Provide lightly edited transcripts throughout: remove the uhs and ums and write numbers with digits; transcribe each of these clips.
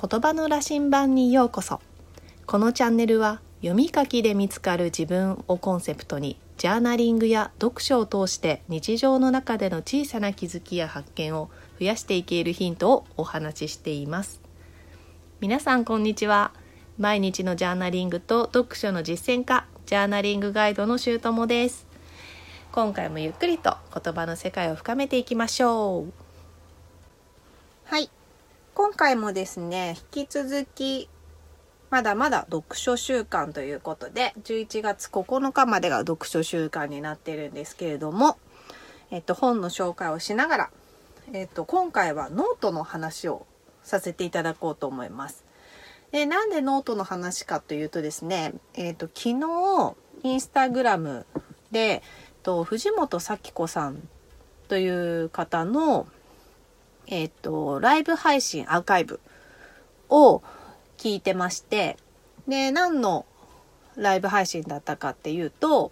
言葉の羅針盤にようこそ。このチャンネルは読み書きで見つかる自分をコンセプトに、ジャーナリングや読書を通して日常の中での小さな気づきや発見を増やしていけるヒントをお話ししています。皆さんこんにちは。毎日のジャーナリングと読書の実践家、ジャーナリングガイドのしゅうともです。今回もゆっくりと言葉の世界を深めていきましょう。はい、今回もですね、引き続きまだまだ読書週間ということで、11月9日までが読書週間になっているんですけれども、本の紹介をしながら、今回はノートの話をさせていただこうと思います。で、なんでノートの話かというとですね、昨日インスタグラムで藤本咲子さんという方のライブ配信アーカイブを聞いてまして、で、何のライブ配信だったかっていうと、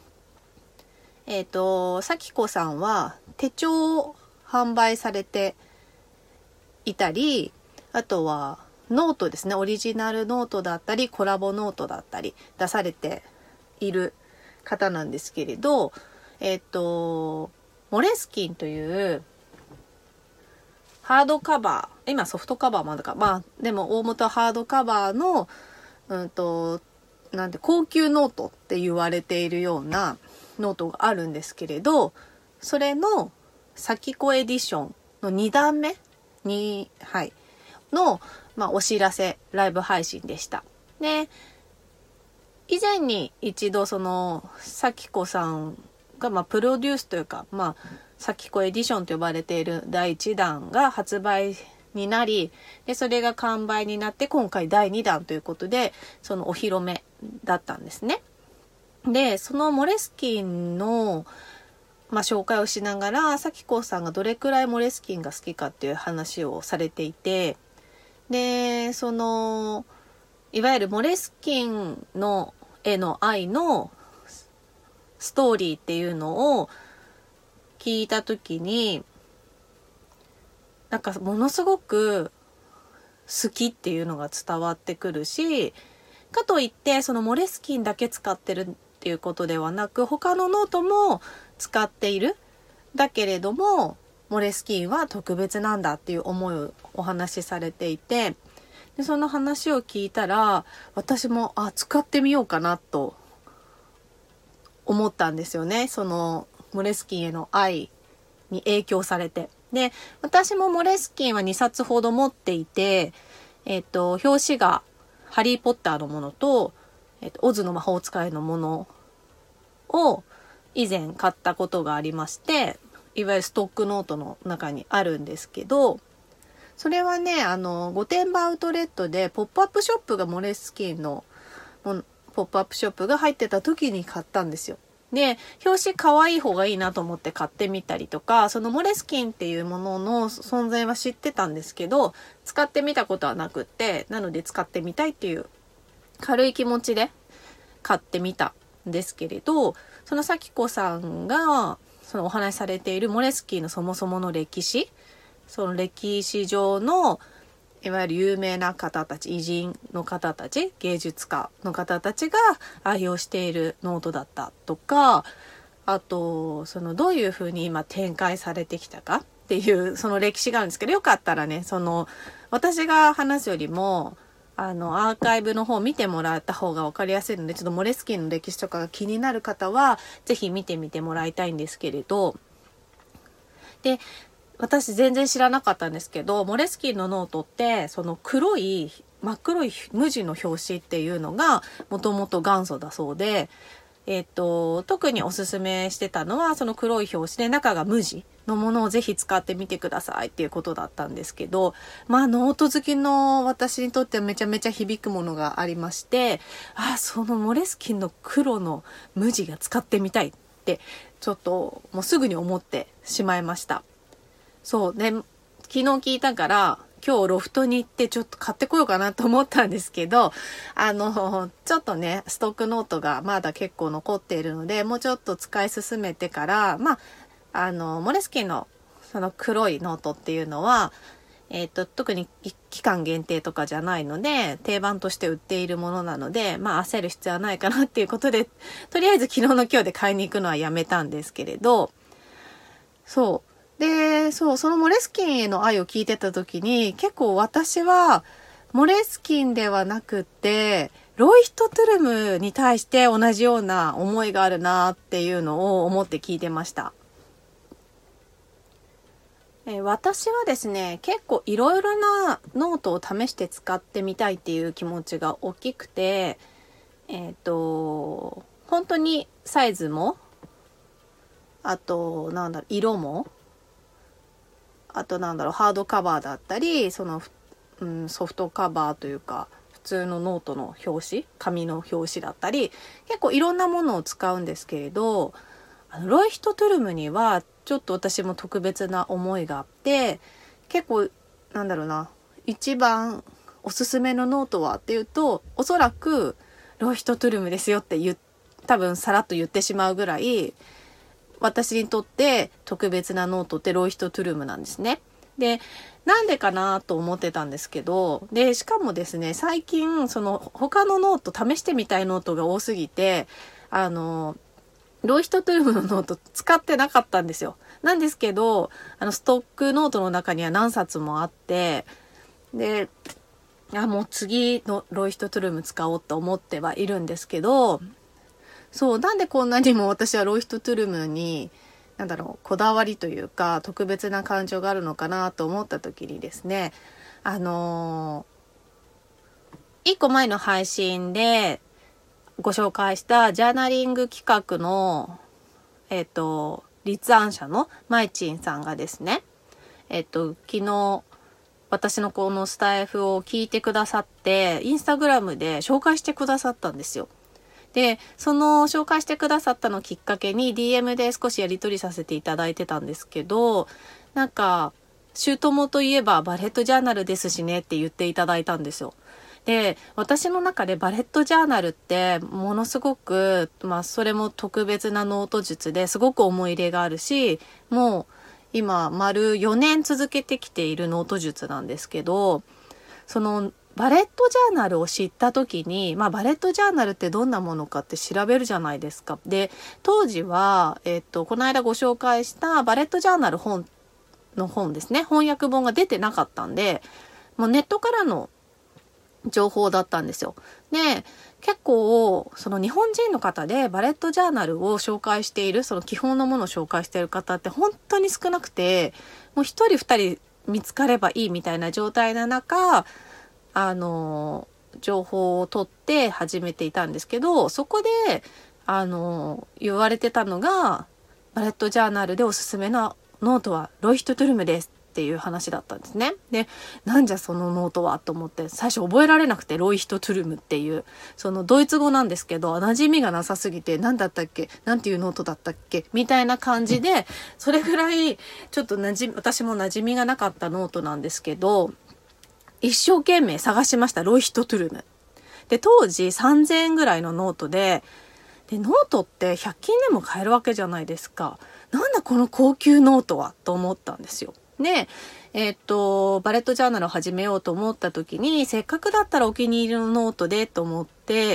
咲子さんは手帳を販売されていたり、あとはノートですね、オリジナルノートだったりコラボノートだったり出されている方なんですけれど、モレスキンというハードカバー、今ソフトカバーもあるか、でも大元はハードカバーの高級ノートって言われているようなノートがあるんですけれど、それの咲子エディションの2段目に、の、お知らせライブ配信でした。で、以前に一度その咲子さんがプロデュースというか、咲子エディションと呼ばれている第1弾が発売になり、でそれが完売になって今回第2弾ということで、そのお披露目だったんですね。で、そのモレスキンの、紹介をしながら、咲子さんがどれくらいモレスキンが好きかっていう話をされていて、で、そのいわゆるモレスキンのへの愛のストーリーっていうのを聞いたときに、ものすごく好きっていうのが伝わってくるし、かといってそのモレスキンだけ使ってるっていうことではなく、他のノートも使っている。だけれどもモレスキンは特別なんだっていう思いをお話しされていて、でその話を聞いたら、私も使ってみようかなと思ったんですよね。そのモレスキンへの愛に影響されて。で、私もモレスキンは2冊ほど持っていて、表紙がハリーポッターのものと、オズの魔法使いのものを以前買ったことがありまして、いわゆるストックノートの中にあるんですけど、それはね、御殿場アウトレットでポップアップショップがモレスキンのポップアップショップが入ってた時に買ったんですよ。で、表紙可愛い方がいいなと思って買ってみたりとか、そのモレスキンっていうものの存在は知ってたんですけど、使ってみたことはなくって、なので使ってみたいっていう軽い気持ちで買ってみたんですけれど、その咲子さんがそのお話しされているモレスキンのそもそもの歴史、その歴史上のいわゆる有名な方たち、偉人の方たち、芸術家の方たちが愛用しているノートだったとか、あとそのどういうふうに今展開されてきたかっていうその歴史があるんですけど、よかったらね、その私が話すよりもアーカイブの方を見てもらった方が分かりやすいので、ちょっとモレスキンの歴史とかが気になる方はぜひ見てみてもらいたいんですけれど、で、私全然知らなかったんですけど、モレスキンのノートってその真っ黒い無地の表紙っていうのがもともと元祖だそうで、特におすすめしてたのはその黒い表紙で中が無地のものをぜひ使ってみてくださいっていうことだったんですけど、ノート好きの私にとってはめちゃめちゃ響くものがありまして、そのモレスキンの黒の無地が使ってみたいってちょっともうすぐに思ってしまいました。そうね、昨日聞いたから今日ロフトに行ってちょっと買ってこようかなと思ったんですけど、ちょっとね、ストックノートがまだ結構残っているので、もうちょっと使い進めてから、モレスキンのその黒いノートっていうのは、 特に期間限定とかじゃないので、定番として売っているものなので、焦る必要はないかなっていうことで、とりあえず昨日の今日で買いに行くのはやめたんですけれど、そう。で、そのモレスキンへの愛を聞いてた時に、結構私は、モレスキンではなくて、ロイヒトトゥルムに対して同じような思いがあるなっていうのを思って聞いてました。私はですね、結構いろいろなノートを試して使ってみたいっていう気持ちが大きくて、本当にサイズも、あと色も、あとハードカバーだったり、ソフトカバーというか普通のノートの表紙、紙の表紙だったり、結構いろんなものを使うんですけれど、ロイヒトトゥルムにはちょっと私も特別な思いがあって、結構一番おすすめのノートはっていうと、おそらくロイヒトトゥルムですよって多分さらっと言ってしまうぐらい、私にとって特別なノートってロイヒトトゥルムなんですね。で、なんでかなと思ってたんですけど、で、しかもですね、最近他のノート、試してみたいノートが多すぎて、ロイヒトトゥルムのノート使ってなかったんですよ。なんですけど、ストックノートの中には何冊もあって、で、もう次のロイヒトトゥルム使おうと思ってはいるんですけど、そう、なんでこんなにも私はロイヒトトゥルムに、こだわりというか、特別な感情があるのかなと思った時にですね、一個前の配信でご紹介したジャーナリング企画の、立案者のマイチンさんがですね、昨日、私のこのスタイフを聞いてくださって、インスタグラムで紹介してくださったんですよ。で、その紹介してくださったのをきっかけに DM で少しやり取りさせていただいてたんですけど、姑といえばバレットジャーナルですしねって言っていただいたんですよ。で、私の中でバレットジャーナルってものすごく、それも特別なノート術ですごく思い入れがあるし、もう今丸4年続けてきているノート術なんですけど、バレットジャーナルを知った時に、バレットジャーナルってどんなものかって調べるじゃないですか。で、当時は、この間ご紹介したバレットジャーナル本ですね。翻訳本が出てなかったんで、もうネットからの情報だったんですよ。で、結構、日本人の方でバレットジャーナルを紹介している、基本のものを紹介している方って本当に少なくて、もう一人二人見つかればいいみたいな状態の中、情報を取って始めていたんですけど、そこで、言われてたのが、バレットジャーナルでおすすめのノートはロイヒトトゥルムですっていう話だったんですね。で、なんじゃそのノートはと思って、最初覚えられなくて、ロイヒトトゥルムっていう、ドイツ語なんですけど、馴染みがなさすぎて、なんだったっけ、なんていうノートだったっけみたいな感じで、それぐらい、ちょっと私も馴染みがなかったノートなんですけど、一生懸命探しました、ロイヒトトゥルム。で、当時3000円ぐらいのノートで、ノートって100均でも買えるわけじゃないですか。なんだこの高級ノートはと思ったんですよ。で、バレットジャーナルを始めようと思った時に、せっかくだったらお気に入りのノートでと思って、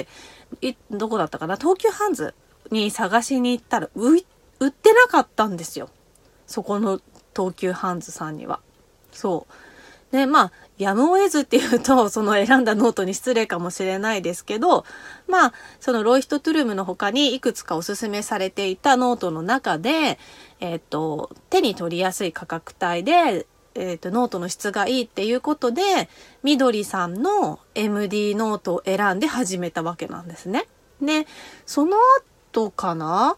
どこだったかな、東急ハンズに探しに行ったら、売ってなかったんですよ。そこの東急ハンズさんには。そう。で、やむを得ずっていうと、選んだノートに失礼かもしれないですけど、ロイヒトトゥルムの他にいくつかおすすめされていたノートの中で、手に取りやすい価格帯で、ノートの質がいいっていうことで、みどりさんの MD ノートを選んで始めたわけなんですね。で、その後かな、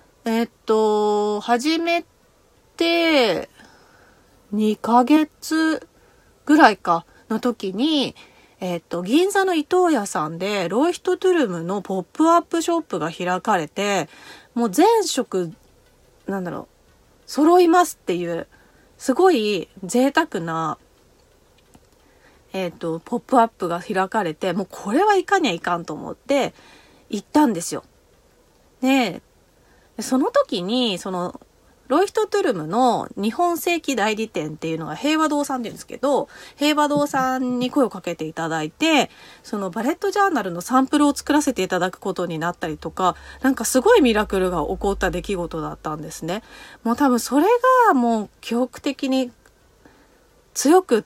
始めて、2ヶ月ぐらいかの時に、銀座の伊東屋さんでロイヒトトゥルムのポップアップショップが開かれて、もう全色揃いますっていうすごい贅沢なポップアップが開かれて、もうこれは行かにはいかんと思って行ったんですよ。で、その時にロイヒトトゥルムの日本正規代理店っていうのが平和堂さんって言うんですけど、平和堂さんに声をかけていただいて、そのバレットジャーナルのサンプルを作らせていただくことになったりとか、なんかすごいミラクルが起こった出来事だったんですね。もう多分それがもう記憶的に強くって、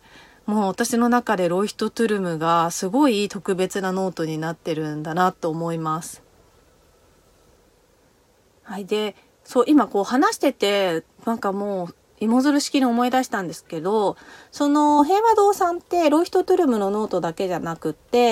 もう私の中でロイヒトトゥルムがすごい特別なノートになってるんだなと思います。はい。で、そう、今こう話してて、なんかもう芋づる式に思い出したんですけど、その平和堂さんってロイヒトトゥルムのノートだけじゃなくって、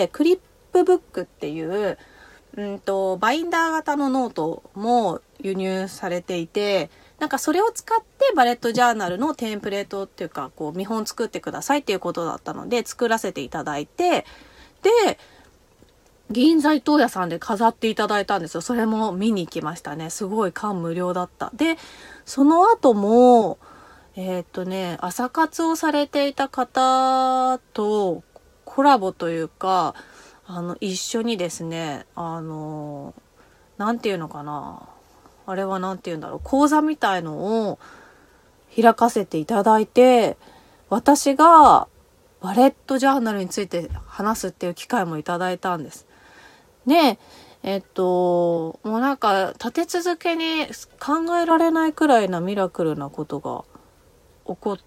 クリップブックっていう、バインダー型のノートも輸入されていて、なんかそれを使ってバレットジャーナルのテンプレートっていうか、こう見本作ってくださいっていうことだったので、作らせていただいて、で、銀座伊東屋さんで飾っていただいたんですよ。それも見に行きましたね。すごい感無量だった。で、その後も、朝活をされていた方とコラボというか、一緒にですね、なんていうのかな。あれはなんていうんだろう。講座みたいのを開かせていただいて、私がバレットジャーナルについて話すっていう機会もいただいたんです。で、もうなんか立て続けに考えられないくらいなミラクルなことが起こって、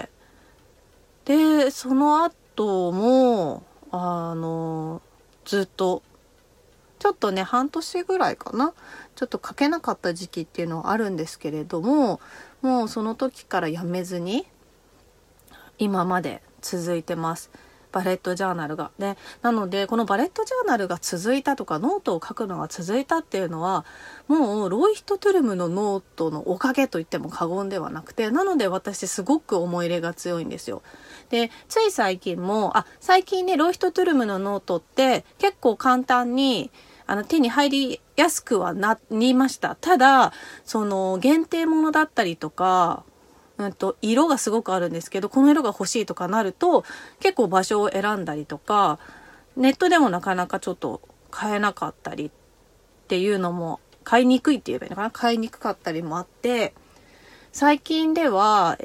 で、その後も、ずっと、ちょっとね、半年ぐらいかな。ちょっと書けなかった時期っていうのはあるんですけれども、もうその時からやめずに、今まで続いてます。バレットジャーナルがね。なのでこのバレットジャーナルが続いたとかノートを書くのが続いたっていうのはもうロイヒトトゥルムのノートのおかげと言っても過言ではなくて、なので私すごく思い入れが強いんですよ。でつい最近も最近ねロイヒトトゥルムのノートって結構簡単に手に入りやすくはなりました。ただその限定ものだったりとか色がすごくあるんですけど、この色が欲しいとかなると結構場所を選んだりとか、ネットでもなかなかちょっと買えなかったりっていうのも、買いにくいって言えばいいのかな、買いにくかったりもあって、最近では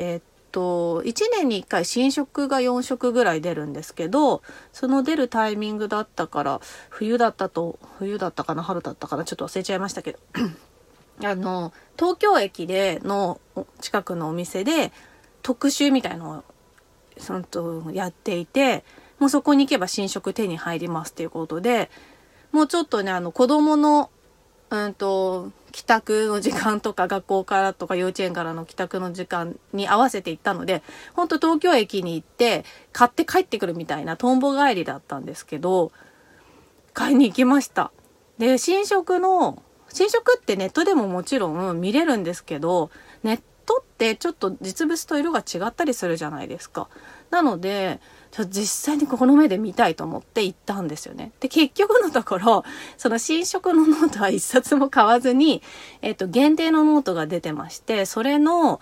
1年に1回新色が4色ぐらい出るんですけど、その出るタイミングだったから冬だったかな春だったかなちょっと忘れちゃいましたけど東京駅の近くのお店で特集みたいのをやっていて、もうそこに行けば新色手に入りますっていうことで、もうちょっとね子供の帰宅の時間とか学校からとか幼稚園からの帰宅の時間に合わせて行ったので、本当東京駅に行って買って帰ってくるみたいなトンボ帰りだったんですけど、買いに行きました。で新色ってネットでももちろん見れるんですけど、ネットってちょっと実物と色が違ったりするじゃないですか。なので実際にこの目で見たいと思って行ったんですよね。で結局のところその新色のノートは一冊も買わずに、限定のノートが出てまして、それの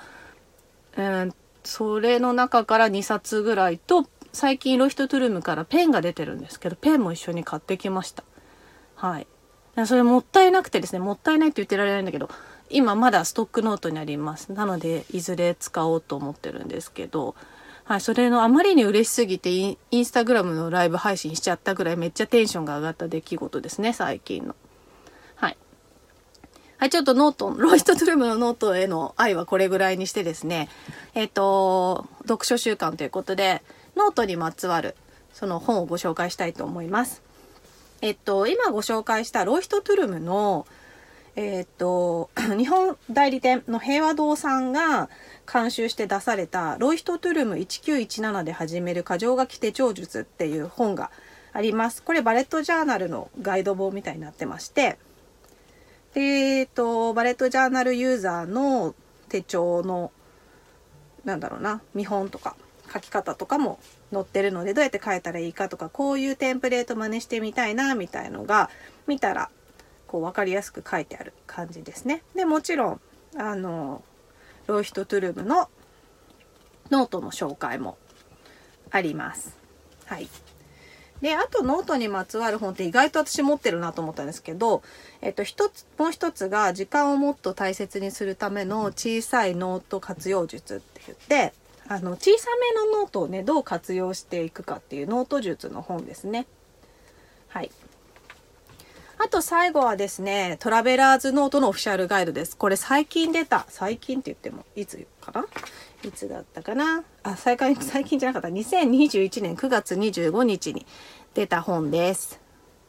中から2冊ぐらいと、最近ロイヒトトゥルムからペンが出てるんですけど、ペンも一緒に買ってきました。はい。それもったいなくてですね、もったいないって言ってられないんだけど、今まだストックノートにあります。なのでいずれ使おうと思ってるんですけど、はい、それのあまりに嬉しすぎてインスタグラムのライブ配信しちゃったぐらいめっちゃテンションが上がった出来事ですね、最近の。はい。はい、ちょっとロイヒトトゥルムのノートへの愛はこれぐらいにしてですね、読書習慣ということで、ノートにまつわるその本をご紹介したいと思います。今ご紹介したロイヒトトゥルムの日本代理店の平和堂さんが監修して出されたロイヒトトゥルム1917で始める箇条書き手帳術っていう本があります。これバレットジャーナルのガイド本みたいになってまして、でバレットジャーナルユーザーの手帳の見本とか書き方とかも載ってるので、どうやって書いたらいいかとか、こういうテンプレート真似してみたいなみたいのが見たらこう分かりやすく書いてある感じですね。でもちろんロイヒトトゥルムのノートの紹介もあります。はい。 で、あとノートにまつわる本って意外と私持ってるなと思ったんですけど、もう一つが時間をもっと大切にするための小さいノート活用術って言って、小さめのノートをね、どう活用していくかっていうノート術の本ですね。はい。あと最後はですね、トラベラーズノートのオフィシャルガイドです。これ最近って言ってもいつかないつだったかな最近じゃなかった。2021年9月25日に出た本です。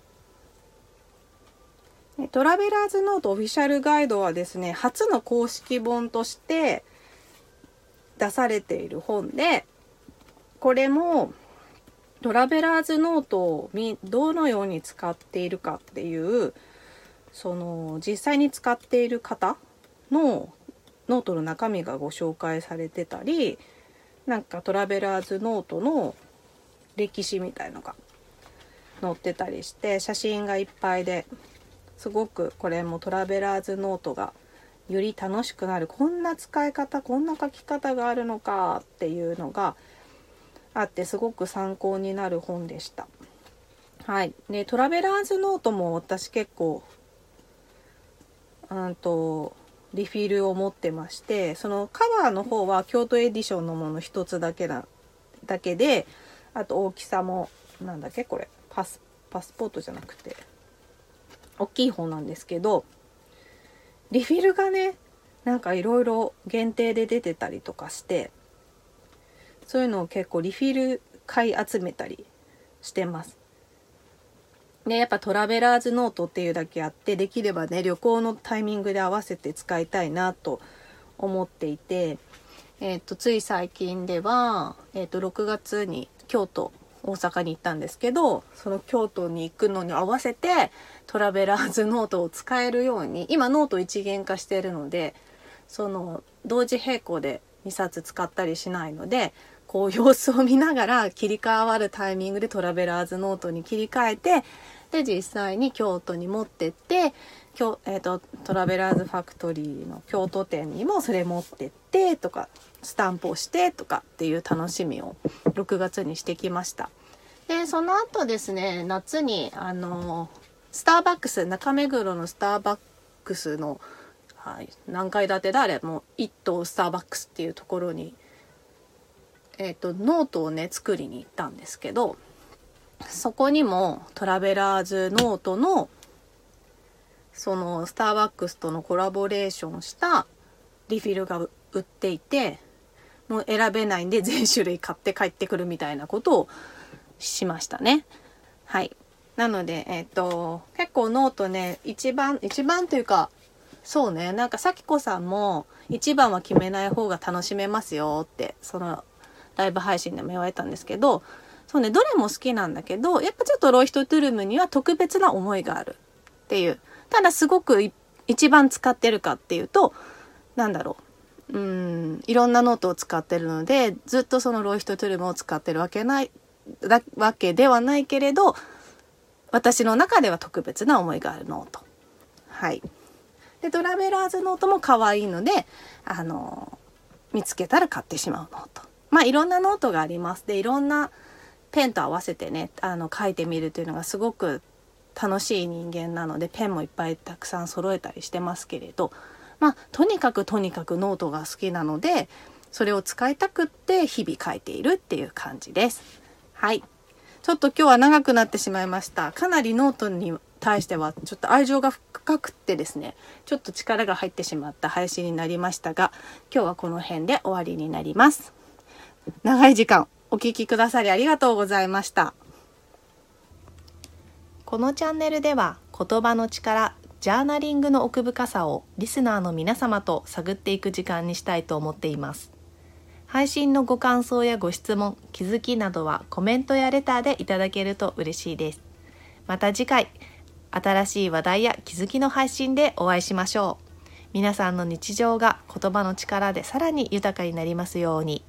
トラベラーズノートオフィシャルガイドはですね、初の公式本として出されている本で、これもトラベラーズノートをどのように使っているかっていう、その実際に使っている方のノートの中身がご紹介されてたり、なんかトラベラーズノートの歴史みたいのが載ってたりして、写真がいっぱいですごくこれもトラベラーズノートがより楽しくなる、こんな使い方、こんな書き方があるのかっていうのがあって、すごく参考になる本でした。はい。で、トラベラーズノートも私結構リフィルを持ってまして、そのカバーの方は京都エディションのもの一つだけで、あと大きさもこれパスポートじゃなくて大きい方なんですけど、リフィルがね、なんかいろいろ限定で出てたりとかして、そういうのを結構リフィル買い集めたりしてます。で、やっぱトラベラーズノートっていうだけあって、できればね、旅行のタイミングで合わせて使いたいなと思っていて、つい最近では、6月に京都、大阪に行ったんですけど、その京都に行くのに合わせてトラベラーズノートを使えるように、今ノート一元化しているので、その同時並行で2冊使ったりしないので、こう様子を見ながら切り替わるタイミングでトラベラーズノートに切り替えて、で実際に京都に持ってってトラベラーズファクトリーの京都店にもそれ持ってってとか、スタンプをしてとかっていう楽しみを6月にしてきました。でその後ですね、夏にスターバックス、中目黒のスターバックスの、何階建てだあれ、もう一棟スターバックスっていうところにノートをね作りに行ったんですけど、そこにもトラベラーズノートのそのスターバックスとのコラボレーションしたリフィルが売っていて、もう選べないんで全種類買って帰ってくるみたいなことをしましたね。はい。なので結構ノートね、一番というか、そうね、なんかさきこさんも一番は決めない方が楽しめますよってそのライブ配信でも言われたんですけど、そうね、どれも好きなんだけど、やっぱちょっとロイヒトトゥルムには特別な思いがあるっていう。ただすごく一番使ってるかっていうと、いろんなノートを使ってるので、ずっとそのロイヒトトゥルムを使ってるわけではないけれど、私の中では特別な思いがあるノート。はい。で、トラベラーズノートも可愛いので、見つけたら買ってしまうノート。まあいろんなノートがあります。で、いろんなペンと合わせてね、書いてみるというのがすごく楽しい人間なので、ペンもいっぱいたくさん揃えたりしてますけれど、まあとにかくノートが好きなので、それを使いたくって日々書いているっていう感じです。はい。ちょっと今日は長くなってしまいました。かなりノートに対してはちょっと愛情が深くってですね、ちょっと力が入ってしまった配信になりましたが、今日はこの辺で終わりになります。長い時間お聞きくださりありがとうございました。このチャンネルでは言葉の力、ジャーナリングの奥深さをリスナーの皆様と探っていく時間にしたいと思っています。配信のご感想やご質問、気づきなどはコメントやレターでいただけると嬉しいです。また次回、新しい話題や気づきの配信でお会いしましょう。皆さんの日常が言葉の力でさらに豊かになりますように。